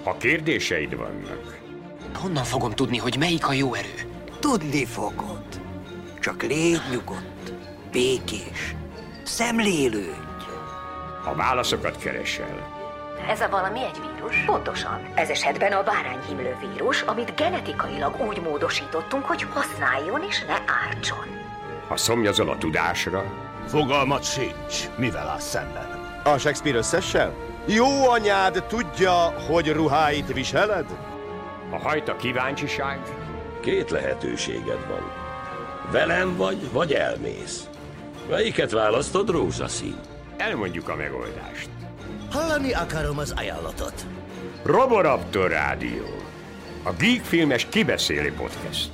Ha kérdéseid vannak... Honnan fogom tudni, hogy melyik a jó erő? Tudni fogod. Csak légy nyugodt, békés, szemlélődj. A válaszokat keresel. Ez a valami egy vírus? Pontosan. Ez esetben a bárányhimlő vírus, amit genetikailag úgy módosítottunk, hogy használjon és ne ártson. Ha szomjazol a tudásra... Fogalmat sincs, mivel állsz szemben. A Shakespeare összessel? Jó anyád tudja, hogy ruháit viseled? Ha hajt a kíváncsiság... Két lehetőséged van. Velem vagy elmész. Melyiket választod, rózsaszín? Elmondjuk a megoldást. Hallani akarom az ajánlatot. Roboraptor Rádió. A Geek Filmes kibeszélő podcast.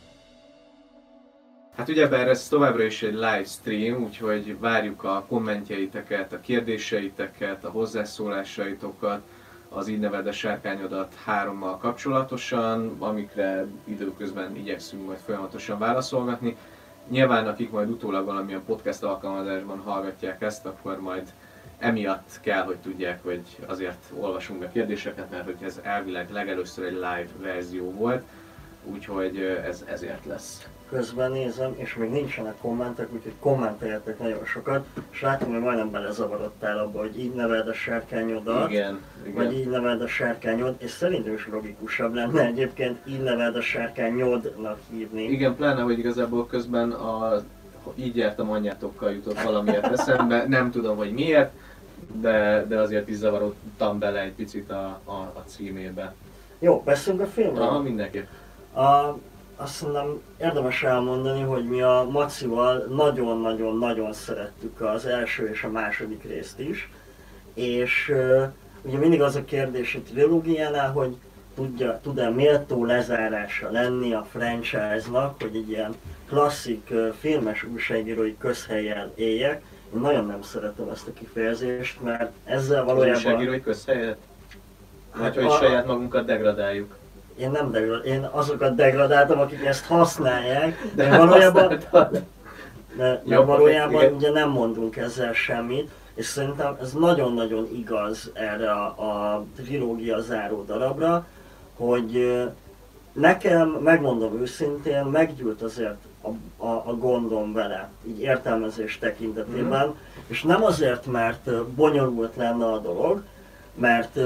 Hát ugyebár ez továbbra is egy live stream, úgyhogy várjuk a kommentjeiteket, a kérdéseiteket, a hozzászólásaitokat az Így neveld a sárkányodat 3-mal kapcsolatosan, amikre időközben igyekszünk majd folyamatosan válaszolgatni. Nyilván akik majd utólag valamilyen podcast alkalmazásban hallgatják ezt, akkor majd emiatt kell, hogy tudják, hogy azért olvasunk be kérdéseket, mert hogy ez elvileg legelőször egy live verzió volt, úgyhogy ez ezért lesz. Közben nézem, és még nincsenek kommentek, úgyhogy kommenteljetek nagyon sokat, és látom, hogy majdnem belezavarodtál abba, hogy így neveld a sárkányodat, igen. Vagy így neveld a sárkányod, és szerintem is logikusabb lenne egyébként így neveld a sárkányodnak hívni. Igen, pláne, hogy igazából közben így jártam anyátokkal jutott valamiért eszembe, nem tudom, hogy miért, de azért is zavarodtam bele egy picit a címébe. Jó, beszélünk a filmről? Aha, mindenképp. Azt mondom, érdemes elmondani, hogy mi a Macival nagyon-nagyon-nagyon szerettük az első és a második részt is, és ugye mindig az a kérdés a trilógiánál, hogy tud-e méltó lezárása lenni a franchise-nak, hogy egy ilyen klasszik filmes újságírói közhelyen éljek. Én nagyon nem szeretem ezt a kifejezést, mert ezzel valójában... Az újságírói közhelyet? Hát, hogy saját magunkat degradáljuk. Én nem degradáltam, én azokat degradáltam, akik ezt használják, de valójában, valójában ugye nem mondunk ezzel semmit, és szerintem ez nagyon-nagyon igaz erre a trilógia záró darabra, hogy nekem, megmondom őszintén, meggyűlt azért a gondom vele, így értelmezés tekintetében, és nem azért, mert bonyolult lenne a dolog, mert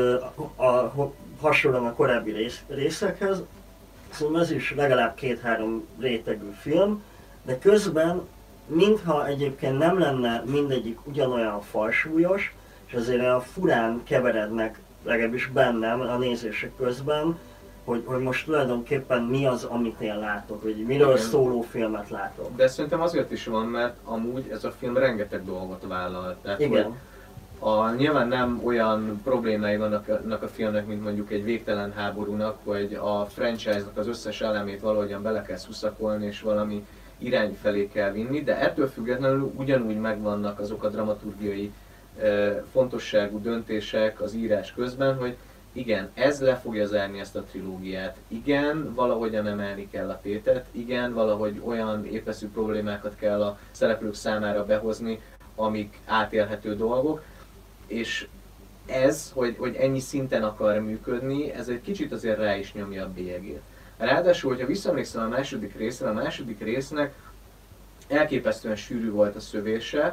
hasonlóan a korábbi részekhez, szóval ez is legalább 2-3 rétegű film, de közben, mintha egyébként nem lenne mindegyik ugyanolyan falsúlyos, és azért a furán keverednek, legalábbis bennem a nézések közben, hogy most tulajdonképpen mi az, amit én látok, hogy miről szóló filmet látok. De szerintem azért is van, mert amúgy ez a film rengeteg dolgot vállal. Tehát, igen. Nyilván nem olyan problémái vannak a filmnek, mint mondjuk egy végtelen háborúnak, hogy a franchise-nak az összes elemét valahogyan bele kell szuszakolni és valami irány felé kell vinni, de ettől függetlenül ugyanúgy megvannak azok a dramaturgiai fontosságú döntések az írás közben, hogy igen, ez le fogja zárni ezt a trilógiát, igen, valahogyan emelni kell a tétet, igen, valahogy olyan épeszű problémákat kell a szereplők számára behozni, amik átélhető dolgok, és ez, hogy ennyi szinten akar működni, ez egy kicsit azért rá is nyomja a bélyegét. Ráadásul, hogyha visszaemlékszem a második résznek elképesztően sűrű volt a szövése,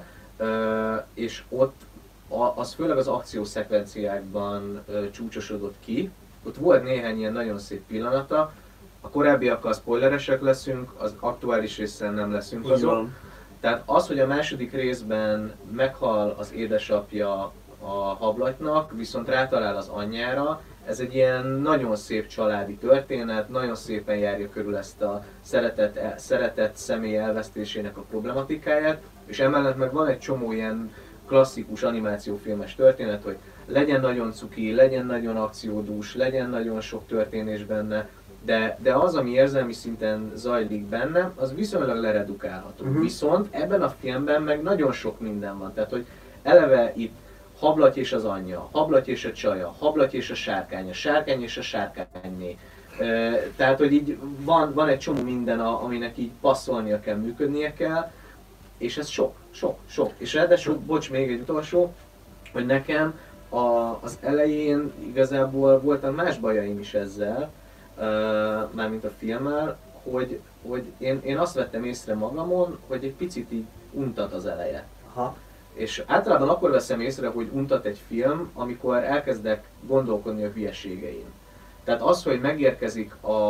és ott az főleg az akciószekvenciákban csúcsosodott ki. Ott volt néhány ilyen nagyon szép pillanata, a korábbiakkal spoileresek leszünk, az aktuális részen nem leszünk azok. Tehát az, hogy a második részben meghal az édesapja a hablatnak, viszont rátalál az anyjára, ez egy ilyen nagyon szép családi történet, nagyon szépen járja körül ezt a szeretett személy elvesztésének a problematikáját, és emellett meg van egy csomó ilyen klasszikus animációfilmes történet, hogy legyen nagyon cuki, legyen nagyon akciódús, legyen nagyon sok történés benne, de az, ami érzelmi szinten zajlik benne, az viszonylag leredukálható. Viszont ebben a filmben meg nagyon sok minden van, tehát hogy eleve itt hablaty és az anyja, hablaty és a csaja, hablaty és a sárkány és a sárkányné. Tehát, hogy így van egy csomó minden, aminek így passzolnia kell, működnie kell, és ez sok. És ráadásul, bocs, még egy utolsó, hogy nekem az elején igazából voltak más bajaim is ezzel, mármint a filmmel, hogy én azt vettem észre magamon, hogy egy picit így untat az eleje. Aha. És általában akkor veszem észre, hogy untat egy film, amikor elkezdek gondolkodni a hülyeségein. Tehát az, hogy megérkezik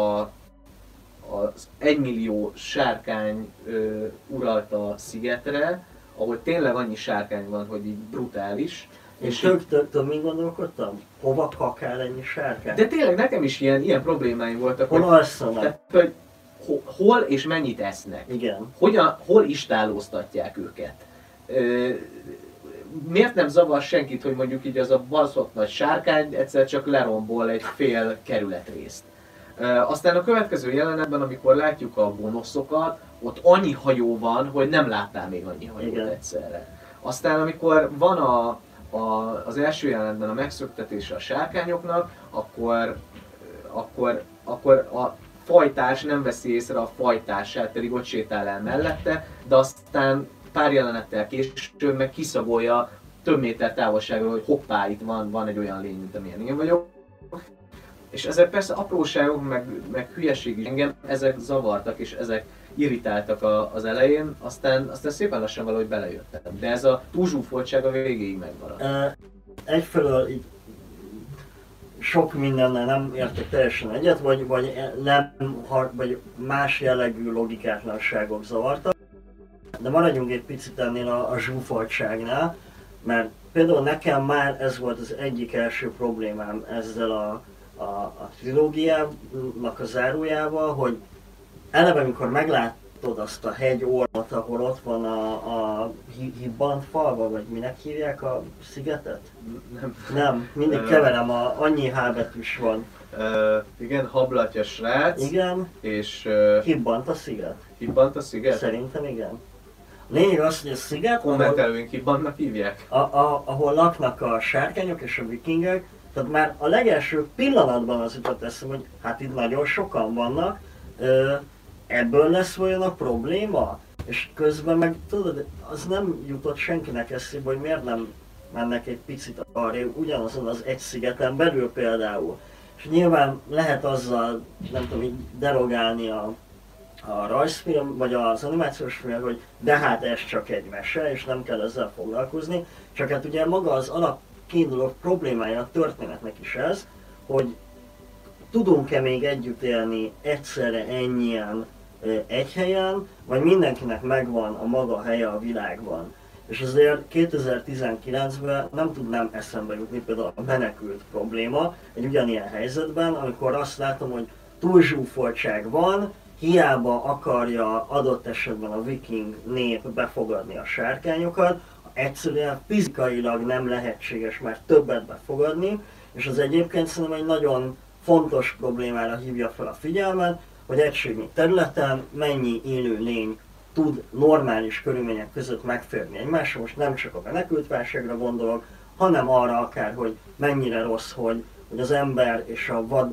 az 1 millió sárkány uralta szigetre, ahol tényleg annyi sárkány van, hogy így brutális. És tök mind gondolkodtam? Hova kakál ennyi sárkány? De tényleg nekem is ilyen problémáim voltak. Hol alszanak? Tehát, hogy hol és mennyit esznek? Igen. Hol istállóztatják őket? Miért nem zavar senkit, hogy mondjuk így az a baszott nagy sárkány egyszer csak lerombol egy fél kerületrészt? Aztán a következő jelenetben, amikor látjuk a gonoszokat, ott annyi hajó van, hogy nem láttál még annyi hajót Igen. egyszerre. Aztán amikor van az első jelenetben a megszöktetése a sárkányoknak, akkor a fajtás nem veszi észre a fajtását, pedig ott sétál el mellette, de aztán pár jelenettel később meg kiszagolja több méter távolságról, hogy hoppá, itt van egy olyan lény, mint amilyen én vagyok. És ezek persze apróságok, meg hülyeség is engem, ezek zavartak és ezek irritáltak az elején, aztán szépen lassan valahogy belejöttem. De ez a túlzsúfoltság a végéig megmaradt. Egyfelől így sok mindennel nem értek teljesen egyet, vagy más jellegű logikátlanságok zavartak. De maradjunk egy picit ennél a zsúfoltságnál, mert például nekem már ez volt az egyik első problémám ezzel a trilógiának a zárójával, hogy eleve amikor meglátod azt a hegyormot, ahol ott van a hibbant falva, vagy minek hívják a szigetet? Nem, mindig keverem, annyi H betűs van. Igen, hablatja srác. Igen, és hibbant a sziget. Hibbant a sziget? Szerintem igen. Lényeg az, hogy a sziget, kommentelőink hibbantnak hívják? Ahol laknak a sárkányok és a vikingek, tehát már a legelső pillanatban az jutott eszem, hogy hát itt nagyon sokan vannak, ebből lesz vajon a probléma? És közben meg tudod, az nem jutott senkinek eszébe, hogy miért nem mennek egy picit arrébb, ugyanazon az egy szigeten belül például. És nyilván lehet azzal, nem tudom, így derogálni a rajzfilm, vagy az animációs film, hogy de hát ez csak egy mese, és nem kell ezzel foglalkozni. Csak hát ugye maga az alap kiinduló problémája a történetnek is ez, hogy tudunk-e még együtt élni egyszerre ennyien egy helyen, vagy mindenkinek megvan a maga helye a világban. És azért 2019-ben nem tudnám eszembe jutni például a menekült probléma egy ugyanilyen helyzetben, amikor azt látom, hogy túlzsúfoltság van, hiába akarja adott esetben a viking nép befogadni a sárkányokat, egyszerűen fizikailag nem lehetséges már többet befogadni, és az egyébként szerintem egy nagyon fontos problémára hívja fel a figyelmet, hogy egységnyi területen mennyi élő lény tud normális körülmények között megférni egymásra. Most nem csak a menekültválságra gondolok, hanem arra akár, hogy mennyire rossz, hogy az ember és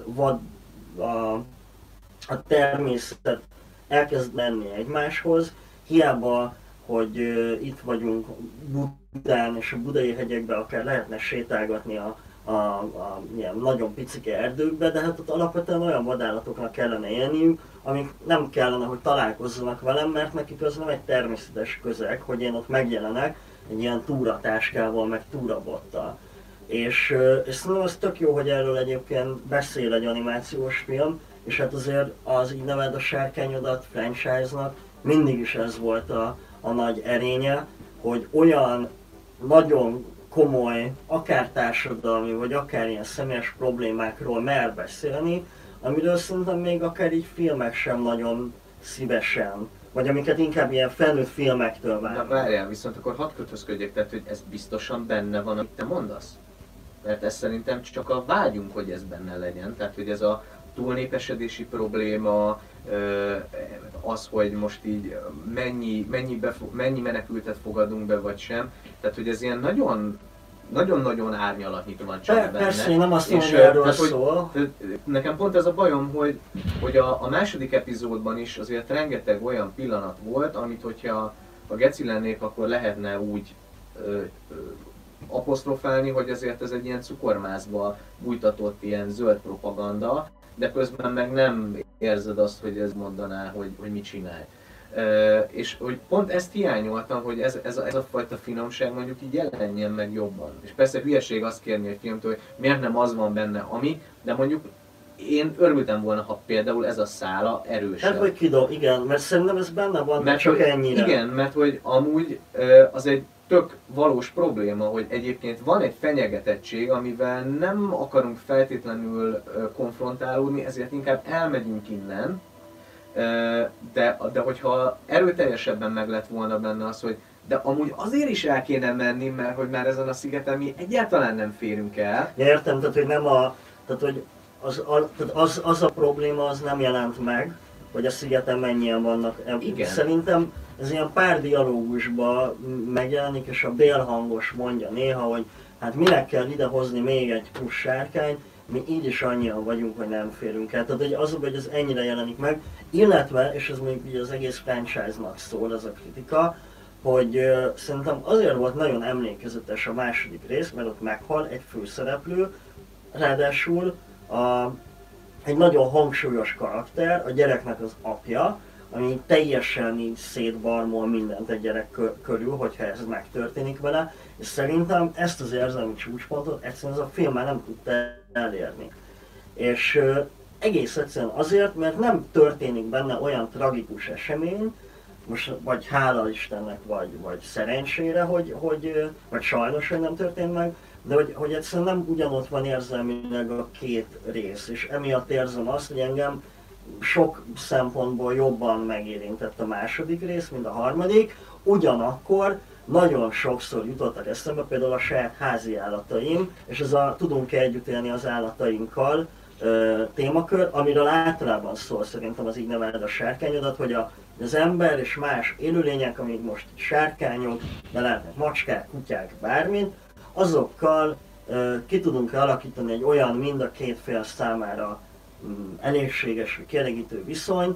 a természet elkezd menni egymáshoz, hiába, hogy itt vagyunk Budán és a budai hegyekben akár lehetne sétálgatni a ilyen nagyon picike erdőkbe, de hát ott alapvetően olyan vadállatoknak kellene élniük, amik nem kellene, hogy találkozzanak velem, mert nekik az nem egy természetes közeg, hogy én ott megjelenek egy ilyen túratáskával, meg túrabottal. És szerintem az tök jó, hogy erről egyébként beszél egy animációs film, és hát azért az így neved a Sárkányodat franchise-nak mindig is ez volt a nagy erénye, hogy olyan nagyon komoly, akár társadalmi, vagy akár ilyen személyes problémákról mer beszélni, amiről szerintem még akár így filmek sem nagyon szívesen, vagy amiket inkább ilyen felnőtt filmektől várnak. Na várjál, viszont akkor hadd kötözködjek, tehát hogy ez biztosan benne van, amit te mondasz? Mert ez szerintem csak a vágyunk, hogy ez benne legyen, tehát hogy ez a túlnépesedési probléma, az, hogy most így mennyi menekültet fogadunk be, vagy sem. Tehát, hogy ez ilyen nagyon-nagyon árnyalatnyit van csak benne. Persze, én nem azt mondom, hogy erről szól. Nekem pont ez a bajom, hogy a második epizódban is azért rengeteg olyan pillanat volt, amit hogyha geci lennék, akkor lehetne úgy apostrofálni, hogy azért ez egy ilyen cukormászba bújtatott ilyen zöld propaganda, de közben meg nem érzed azt, hogy ez mondaná, hogy mit csinálj. És hogy pont ezt hiányoltam, hogy ez a fajta finomság mondjuk így jelenjen meg jobban. És persze hülyeség azt kérni egy filmtől, hogy miért nem az van benne, ami, de mondjuk én örültem volna, ha például ez a szála erősebb. Hát vagy igen, mert szerintem ez benne van, mert csak hogy, ennyire. Igen, mert hogy amúgy az egy tök valós probléma, hogy egyébként van egy fenyegetettség, amivel nem akarunk feltétlenül konfrontálódni, ezért inkább elmegyünk innen, de hogyha erőteljesebben meg lett volna benne az, hogy de amúgy azért is el kéne menni, mert hogy már ezen a szigeten mi egyáltalán nem férünk el. Ja, értem, tehát hogy nem tehát hogy az a probléma az nem jelent meg, hogy a szigeten mennyien vannak. Igen. Szerintem ez ilyen pár dialógusban megjelenik, és a bélhangos mondja néha, hogy hát minek kell idehozni még egy plusz sárkányt, mi így is annyian vagyunk, hogy nem férünk el. Tehát hogy ez ennyire jelenik meg, illetve, és ez mondjuk így az egész franchise-nak szól ez a kritika, hogy szerintem azért volt nagyon emlékezetes a második rész, mert ott meghal egy főszereplő, ráadásul egy nagyon hangsúlyos karakter, a gyereknek az apja, ami teljesen így szétbarmol mindent egy gyerek körül, hogyha ez megtörténik vele, és szerintem ezt az érzelmi csúcspontot egyszerűen ez a film már nem tudta elérni. És egész egyszerűen azért, mert nem történik benne olyan tragikus esemény, most vagy hála Istennek, vagy szerencsére, vagy sajnos, hogy nem történt meg, de hogy egyszerűen nem ugyanott van érzelmileg a két rész, és emiatt érzem azt, hogy engem sok szempontból jobban megérintett a második rész, mint a harmadik, ugyanakkor nagyon sokszor jutottak eszembe például a saját házi állataim, és ez a tudunk-e együtt élni az állatainkkal témakör, amiről általában szól szerintem az Így neveld a sárkányodat, hogy az ember és más élőlények, amik most sárkányok, de lehetnek macskák, kutyák, bármint, azokkal ki tudunk alakítani egy olyan mind a két fél számára elégséges, kielégítő viszonyt,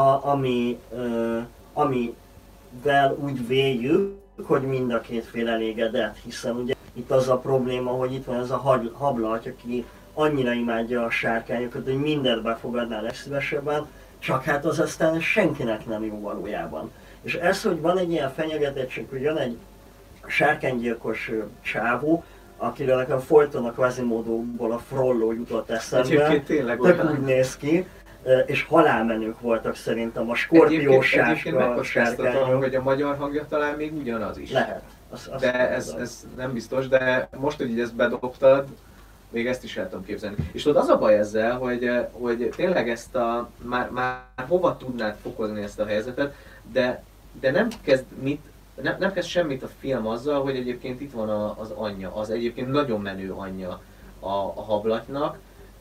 amivel úgy véljük, hogy mind a két fél elégedett, hiszen ugye itt az a probléma, hogy itt van ez a hablaty, aki annyira imádja a sárkányokat, hogy mindent befogadná legszívesebben, csak hát az aztán senkinek nem jó valójában. És ez, hogy van egy ilyen fenyegetettség, hogy jön egy sárkánygyilkos csávó, akiről nekem folyton a Quasimodo-ból a Frollo jutott eszembe, tök úgy néz ki, és halálmenők voltak szerintem a skorpiós sárkányok. Hogy a magyar hangja talán még ugyanaz is. Lehet. De ez nem biztos, de most, hogy így ezt bedobtad, még ezt is el tudom képzelni. És tudod, az a baj ezzel, hogy tényleg ezt már hova tudnád fokozni ezt a helyzetet, de nem kezd semmit a film azzal, hogy egyébként itt van az anyja, az egyébként nagyon menő anyja a hablatynak,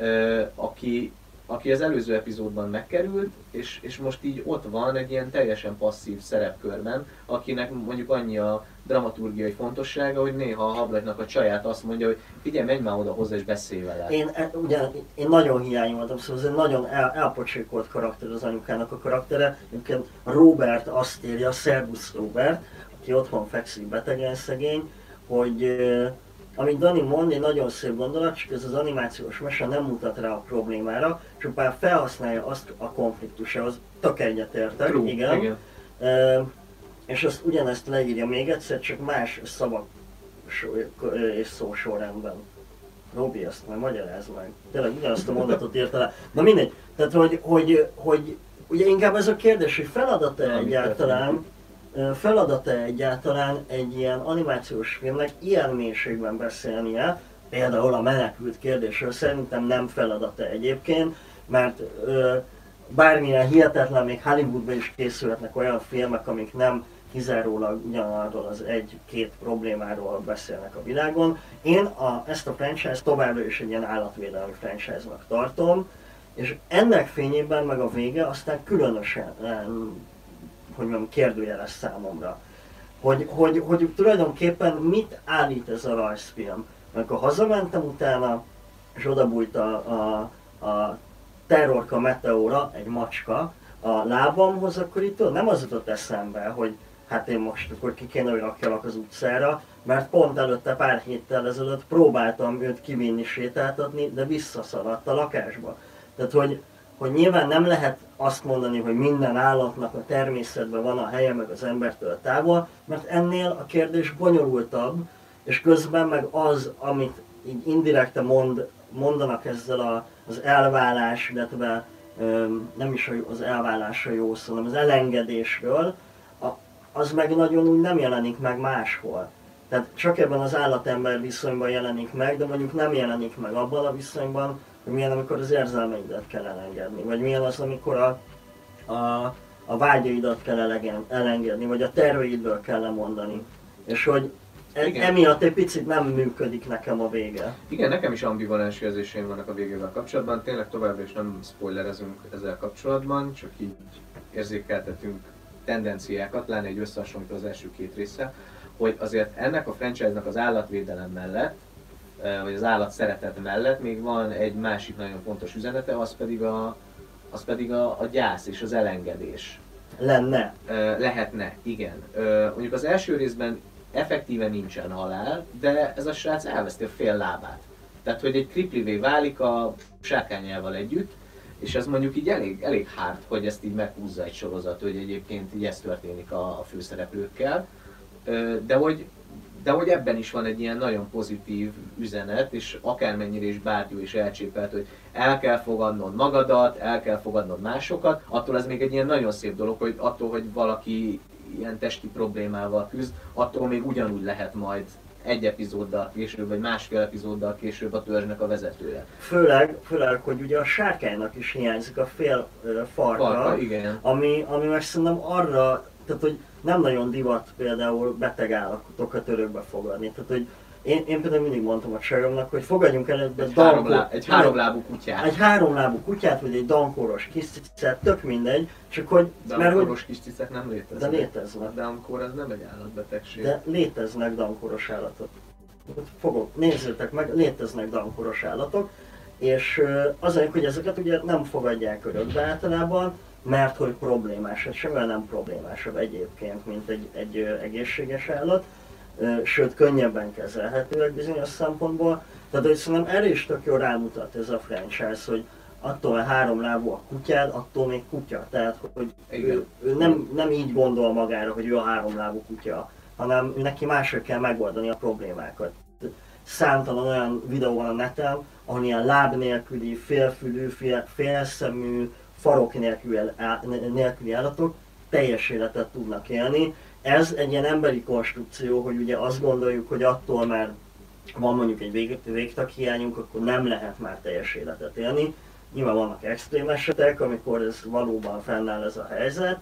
aki az előző epizódban megkerült, és most így ott van egy ilyen teljesen passzív szerepkörben, akinek mondjuk annyi a dramaturgiai fontossága, hogy néha a hablatynak a csaját azt mondja, hogy figyelj, menj már oda hozzá és beszélj vele. Én nagyon hiányoltam, szóval ez egy nagyon elpocsékolt karakter az anyukának a karaktere. Egyébként Robert azt írja, Szerbusz Robert, aki otthon fekszik betegen szegény, hogy amit Dani mond, egy nagyon szép gondolat, csak ez az animációs mese nem mutat rá a problémára, csupán felhasználja azt a konfliktusához. Tök egyetértek, igen. És azt ugyanezt leírja még egyszer, csak más szavak és szósorrendben. Robi, ezt majd magyarázd meg. Tényleg ugyanazt a mondatot írta le. Na mindegy, tehát hogy ugye inkább ez a kérdés, hogy feladata egyáltalán egy ilyen animációs filmnek ilyen mélységben beszélnie, például a menekült kérdésről szerintem nem feladata egyébként, mert bármilyen hihetetlen, még Hollywoodban is készülhetnek olyan filmek, amik nem kizárólag ugyanarról az egy-két problémáról beszélnek a világon. Én ezt a franchise továbbra is egy ilyen állatvédelmi franchise-nak tartom, és ennek fényében meg a vége aztán különösen hogy mondjam, kérdőjeles számomra. Hogy tulajdonképpen mit állít ez a rajzfilm? Amikor hazamentem utána, és odabújt a terrorka meteóra, egy macska a lábamhoz, akkor itt nem az jutott eszembe, hogy hát én most akkor ki kéne, hogy rakjalak az utcára, mert pont előtte pár héttel ezelőtt próbáltam őt kivinni sétáltatni, de visszaszaladt a lakásba. Tehát, hogy nyilván nem lehet azt mondani, hogy minden állatnak a természetben van a helye, meg az embertől távol, mert ennél a kérdés bonyolultabb, és közben meg az, amit így indirekte mondanak ezzel az elválás, illetve nem is az elválásra jó szó, hanem az elengedésről, az meg nagyon úgy nem jelenik meg máshol. Tehát csak ebben az állat-ember viszonyban jelenik meg, de mondjuk nem jelenik meg abban a viszonyban, hogy milyen, amikor az érzelmeidet kell elengedni, vagy milyen az, amikor a vágyaidat kell elengedni, vagy a terveidből kell lemondani. És hogy emiatt egy picit nem működik nekem a vége. Igen, nekem is ambivalens érzéseim vannak a végével kapcsolatban, tényleg továbbra is nem spoilerezünk ezzel kapcsolatban, csak így érzékeltetünk tendenciákat, lenne egy összehasonlító az első két része, hogy azért ennek a franchise-nak az állatvédelem mellett, vagy az állat szeretet mellett még van egy másik nagyon fontos üzenete, az pedig a gyász és az elengedés. Lehetne, igen. Mondjuk az első részben effektíven nincsen halál, de ez a srác elveszti a fél lábát. Tehát, hogy egy kriplivé válik a sárkányával együtt, és ez mondjuk így elég hard, hogy ezt így meghúzza egy sorozat, hogy egyébként így ez történik a főszereplőkkel. De hogy ebben is van egy ilyen nagyon pozitív üzenet, és akármennyire is bárgyú és elcsépelt, hogy el kell fogadnod magadat, el kell fogadnod másokat, attól ez még egy ilyen nagyon szép dolog, hogy attól, hogy valaki ilyen testi problémával küzd, attól még ugyanúgy lehet majd egy epizóddal később, vagy másfél epizóddal később a törzsnek a vezetője. Főleg, hogy ugye a sárkánynak is hiányzik a fél farka, ami meg szerintem arra, tehát hogy nem nagyon divat például beteg állatokat örökbe fogadni. Tehát, hogy én például mindig mondtam a csajomnak, hogy fogadjunk el egy háromlábú kutyát. Egy háromlábú kutyát, vagy egy dankóros kis cicát, tök mindegy, csak hogy... Dankóros kis cicák nem léteznek. De léteznek. Dankór az nem egy állatbetegség. De léteznek dankóros állatok. Nézzétek meg, léteznek dankóros állatok, és azért, hogy ezeket ugye nem fogadják örökbe általában, mert hogy problémás, hát semmivel nem problémásabb egyébként, mint egy egészséges állat, sőt könnyebben kezelhetőek bizonyos szempontból. Tehát hogy szerintem erre is tök jól rámutat ez a franchise, hogy attól a háromlábú a kutyád, attól még kutya. Tehát hogy ő nem így gondol magára, hogy ő a háromlábú kutya, hanem neki máshogy kell megoldani a problémákat. Számtalan olyan videó van a neten, ahol ilyen láb nélküli, félfülű, félszemű, farok nélküli állatok teljes életet tudnak élni. Ez egy ilyen emberi konstrukció, hogy ugye azt gondoljuk, hogy attól már van mondjuk egy végtag hiányunk, akkor nem lehet már teljes életet élni. Nyilván vannak extrém esetek, amikor ez valóban fennáll ez a helyzet,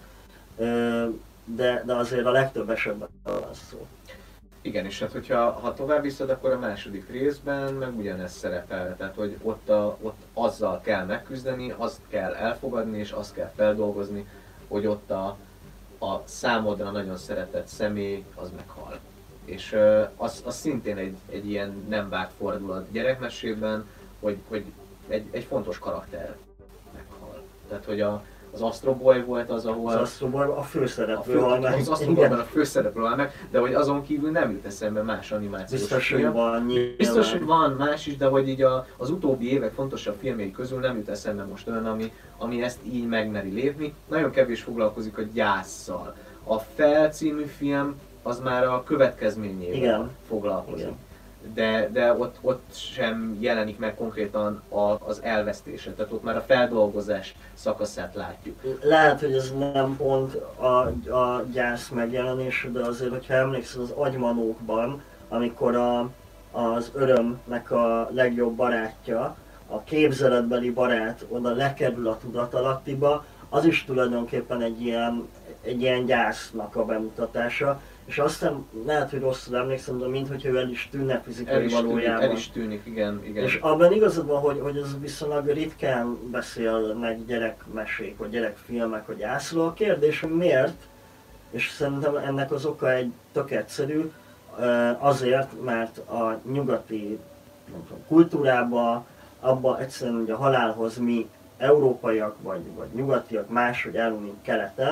de azért a legtöbb esetben van szó. Igen, és hát hogyha tovább viszed, akkor a második részben meg ugyanez szerepel, tehát hogy ott azzal kell megküzdeni, azt kell elfogadni és azt kell feldolgozni, hogy ott a számodra nagyon szeretett személy az meghal. És az szintén egy ilyen nem várt fordulat gyerekmesében, hogy egy fontos karakter meghal. Tehát hogy az Astro Boy volt az, ahol... Az Astro Boy a főszereplő hal meg. Az Astro Boyban a főszereplő hal meg, de hogy azon kívül nem jut eszembe más animációs biztos, film. Biztos, hogy van más is, de hogy így az utóbbi évek fontosabb filmjei közül nem jut eszembe most olyan, ami ezt így megmeri lépni. Nagyon kevés foglalkozik a gyásszal. A Fel című film az már a következményével foglalkozik. Igen. De ott sem jelenik meg konkrétan az elvesztése, tehát ott már a feldolgozás szakaszát látjuk. Lehet, hogy ez nem pont a gyász megjelenése, de azért, hogyha emlékszel az Agymanókban, amikor az örömnek a legjobb barátja, a képzeletbeli barát oda lekerül a tudatalattiba, az is tulajdonképpen egy ilyen gyásznak a bemutatása. És aztán lehet, hogy rosszul emlékszem, de minthogyha ő el is tűnne fizikai valójában. El is tűnik, igen. És abban igazad van, hogy ez viszonylag ritkán beszélnek gyerekmesék, vagy gyerekfilmek, hogy gyászról. A kérdés, hogy miért? És szerintem ennek az oka egy tök egyszerű, azért, mert a nyugati kultúrában, abban egyszerűen ugye a halálhoz mi európaiak vagy nyugatiak máshogy állunk, mint keleten,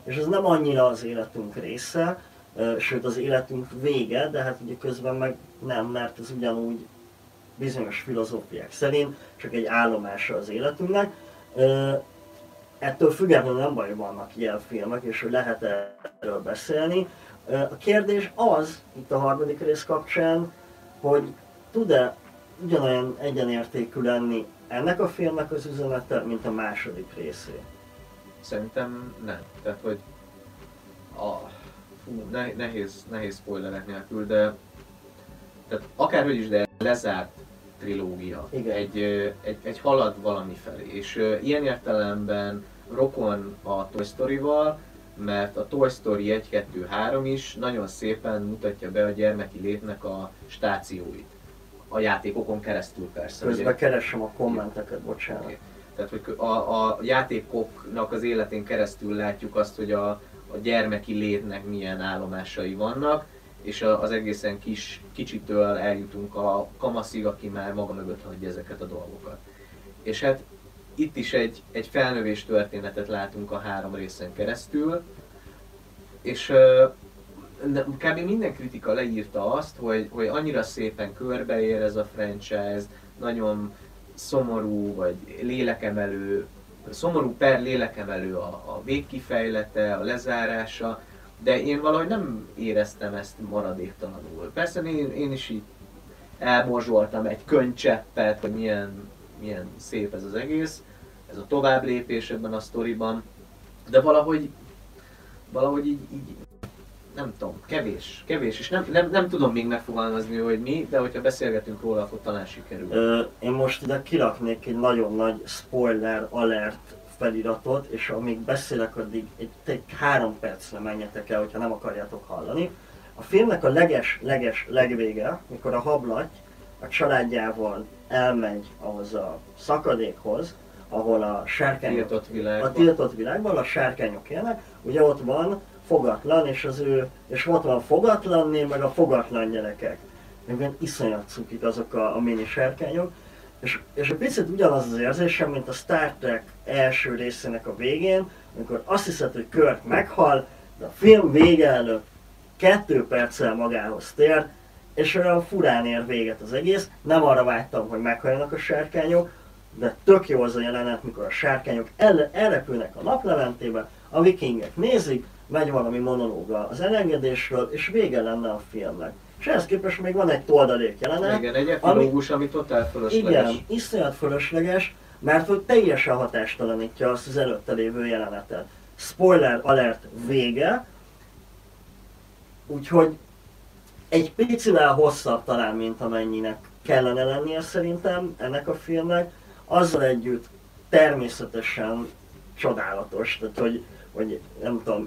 és ez nem annyira az életünk része, sőt az életünk vége, de hát ugye közben meg nem, mert ez ugyanúgy bizonyos filozófiák szerint csak egy állomása az életünknek. Ettől függetlenül nem baj, hogy vannak ilyen filmek, és hogy lehet erről beszélni. A kérdés az, itt a harmadik rész kapcsán, hogy tud-e ugyanolyan egyenértékű lenni ennek a filmnek az üzenete, mint a második részé? Szerintem nem. Tehát, hogy nehéz spoilerek nélkül, de tehát akárhogy is, de lezárt trilógia. Egy halad valami felé. És ilyen értelemben rokon a Toy Story-val, mert a Toy Story 1, 2, 3 is nagyon szépen mutatja be a gyermeki létnek a stációit. A játékokon keresztül persze. Közben keresem a kommenteket, bocsánat. Okay. Tehát, hogy a játékoknak az életén keresztül látjuk azt, hogy a gyermeki létnek milyen állomásai vannak, és az egészen kicsitől eljutunk a kamaszig, aki már maga mögött hagyja ezeket a dolgokat. És hát itt is egy felnövés történetet látunk a 3 részen keresztül, és kb. Minden kritika leírta azt, hogy annyira szépen körbeér ez a franchise, nagyon szomorú vagy lélekemelő, szomorú per lélekemelő a végkifejlete, a lezárása, de én valahogy nem éreztem ezt maradéktalanul. Persze én is így elmorzsoltam egy könycseppet, hogy milyen szép ez az egész, ez a továbblépés ebben a sztoriban, de valahogy így nem tudom, kevés, és nem tudom még megfogalmazni, hogy mi, de hogyha beszélgetünk róla, akkor talán sikerül. Én most ide kiraknék egy nagyon nagy spoiler alert feliratot, és amíg beszélek, addig egy 3 percre menjetek el, hogyha nem akarjátok hallani. A filmnek a legvége, mikor a hablaty a családjával elmegy ahhoz a szakadékhoz, ahol a sárkányok, a tiltott világban a sárkányok élnek, ugye ott van fogatlan, és ott van fogatlanné, meg a fogatlan gyerekek. Még iszonyat cukik azok a mini sárkányok. És egy picit ugyanaz az érzésem, mint a Star Trek első részének a végén, amikor azt hiszed, hogy Kirk meghal, de a film vége előtt 2 perccel magához tér, és olyan furán ér véget az egész. Nem arra vágytam, hogy meghaljanak a sárkányok, de tök jó az a jelenet, mikor a sárkányok elrepülnek a naplementébe, a vikingek nézik, megy valami monológa az elengedésről, és vége lenne a filmnek. És ehhez képest még van egy toldalék jelenet. Igen, egy epilógus, ami totál fölösleges. Igen, iszonyat fölösleges, mert hogy teljesen hatástalanítja azt az előtte lévő jelenetet. Spoiler alert, vége. Úgyhogy egy picivel hosszabb talán, mint amennyinek kellene lennie szerintem ennek a filmnek. Azzal együtt természetesen csodálatos, tehát hogy nem tudom,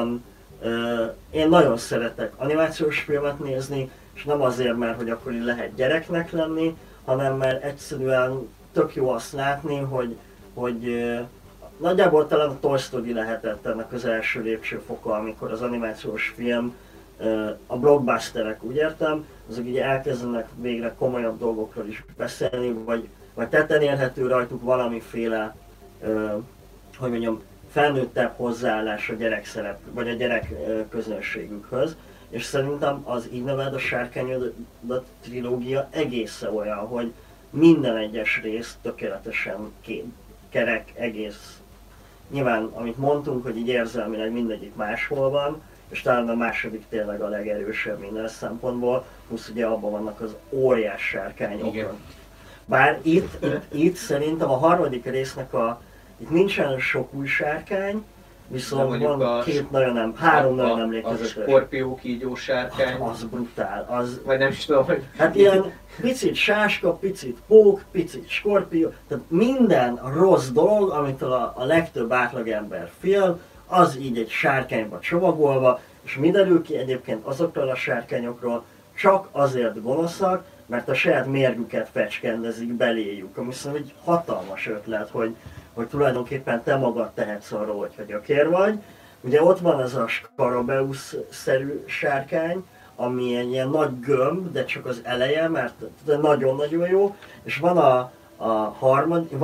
én nagyon szeretek animációs filmet nézni, és nem azért, mert hogy akkor így lehet gyereknek lenni, hanem mert egyszerűen tök jó azt látni, hogy nagyjából talán a Toy Story lehetett ennek az első lépcsőfoka, amikor az animációs film, a blockbusterek, úgy értem, azok így elkezdenek végre komolyabb dolgokról is beszélni, vagy tetten érhető rajtuk valamiféle, hogy mondjam, felnőttebb hozzáállás a gyerekszerep, vagy a gyerek közönségükhöz, és szerintem az Így neveld a sárkányodat trilógia egészen olyan, hogy minden egyes rész tökéletesen kerek, egész. Nyilván, amit mondtunk, hogy így érzelmileg mindegyik máshol van, és talán a második tényleg a legerősebb minden szempontból, plusz ugye abban vannak az óriás sárkányok. Igen. Bár itt szerintem a harmadik résznek itt nincsen sok új sárkány, viszont van három nagyon emlékezetes. A skorpió kígyó sárkány. Az brutál. Vagy nem is tudom, hogy... Hát ilyen picit sáska, picit pók, picit skorpió, tehát minden rossz dolog, amitől a legtöbb átlagember fél, az így egy sárkányba csomagolva, és mi derül ki egyébként azokról a sárkányokról, csak azért gonoszak, mert a saját mérgüket fecskendezik beléjük, ami szerintem egy hatalmas ötlet, hogy tulajdonképpen te magad tehetsz arról, hogyha gyökér vagy. Ugye ott van ez a Scarabeus-szerű sárkány, ami egy ilyen nagy gömb, de csak az eleje, mert nagyon-nagyon jó. És van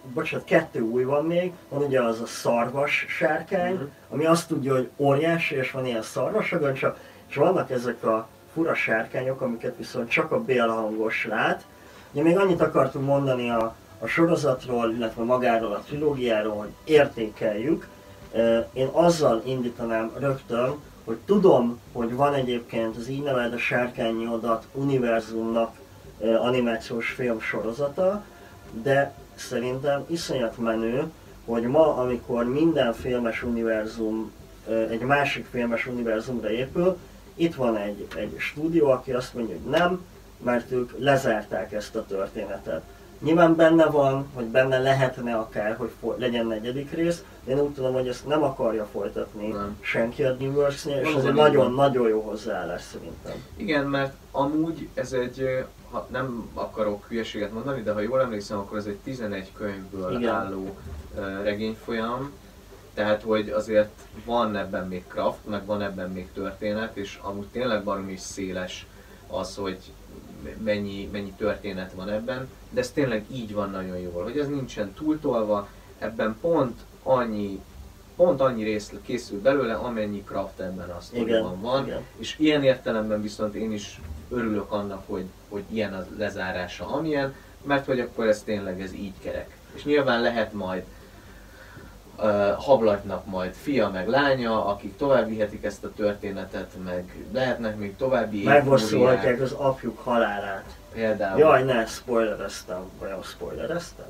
bocsánat, 2 új van még, van ugye az a szarvas sárkány, ami azt tudja, hogy óriási, és van ilyen szarvasagancsa, és vannak ezek a fura sárkányok, amiket viszont csak a bélhangos lát. Ugye még annyit akartunk mondani a sorozatról, illetve magáról a trilógiáról, hogy értékeljük. Én azzal indítanám rögtön, hogy tudom, hogy van egyébként az így nevelt a Sárkányi Adat univerzumnak animációs film sorozata, de szerintem iszonyat menő, hogy ma, amikor minden filmes univerzum egy másik filmes univerzumra épül, itt van egy stúdió, aki azt mondja, hogy nem, mert ők lezárták ezt a történetet. Nyilván benne van, hogy benne lehetne akár, hogy legyen 4. rész, de én úgy tudom, hogy ezt nem akarja folytatni senki a DreamWorks-nél, és ez egy nagyon-nagyon jó hozzáállás szerintem. Igen, mert amúgy ez egy, ha nem akarok hülyeséget mondani, de ha jól emlékszem, akkor ez egy 11 könyvből álló regényfolyam, tehát hogy azért van ebben még craft, meg van ebben még történet, és amúgy tényleg baromi széles az, hogy mennyi történet van ebben, de ez tényleg így van nagyon jól, hogy ez nincsen túltolva, ebben pont annyi rész készül belőle, amennyi craft ebben a sztoriban van, és ilyen értelemben viszont én is örülök annak, hogy ilyen a lezárása amilyen, mert hogy akkor ez tényleg ez így kerek. És nyilván lehet majd Hablatnak majd fia meg lánya, akik tovább vihetik ezt a történetet, meg lehetnek még további megbosszulhatják az apjuk halálát. Például. Jaj, ne, spoilereztem. Vajon spoilereztem?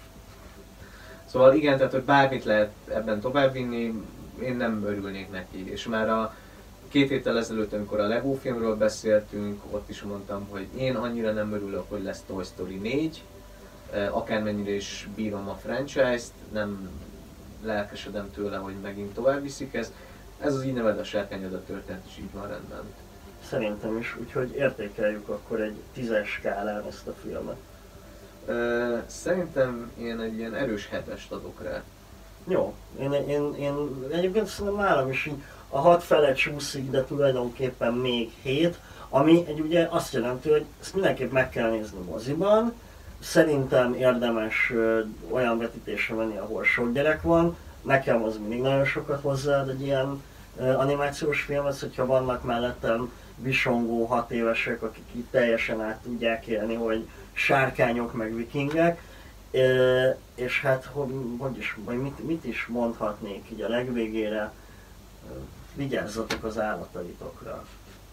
Szóval igen, tehát hogy bármit lehet ebben továbbvinni, én nem örülnék neki. És már a 2 héttel ezelőtt, amikor a Lego filmről beszéltünk, ott is mondtam, hogy én annyira nem örülök, hogy lesz Toy Story 4. Akármennyire is bírom a franchise-t, nem lelkesedem tőle, hogy megint tovább viszik ezt. Ez az így neved a Sárkány Adat történet is így van rendben. Szerintem is, úgyhogy értékeljük akkor egy 10-es skálán ezt a filmet. Szerintem én egy ilyen erős 7-est adok rá. Jó, én egyébként szerintem nálam is így a 6 fele csúszik, de tulajdonképpen még 7, ami ugye azt jelenti, hogy ezt mindenképp meg kell nézni moziban. Szerintem érdemes olyan vetítésre menni, ahol sok gyerek van. Nekem az mindig nagyon sokat hozzáad egy ilyen animációs filmet, hogyha vannak mellettem visongó 6 évesek, akik itt teljesen át tudják élni, hogy sárkányok meg vikingek. És hát mit is mondhatnék így a legvégére, vigyázzatok az állataitokra.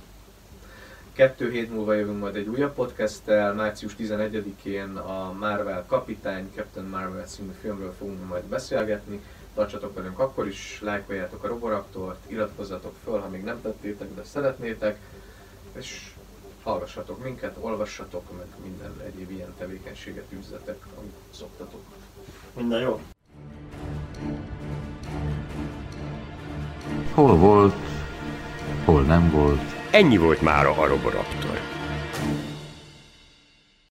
2 hét múlva jövünk majd egy újabb podcasttel, március 11-én a Marvel Kapitány, Captain Marvel című filmről fogunk majd beszélgetni. Tartsatok velünk akkor is, lájkoljátok a Roboraktort, iratkozzatok föl, ha még nem tettétek, de szeretnétek, és hallgassatok minket, olvassatok, meg minden egyéb ilyen tevékenységet űzzetek, amit szoktatok. Minden jó! Hol volt, hol nem volt. Ennyi volt mára a Roboraptor.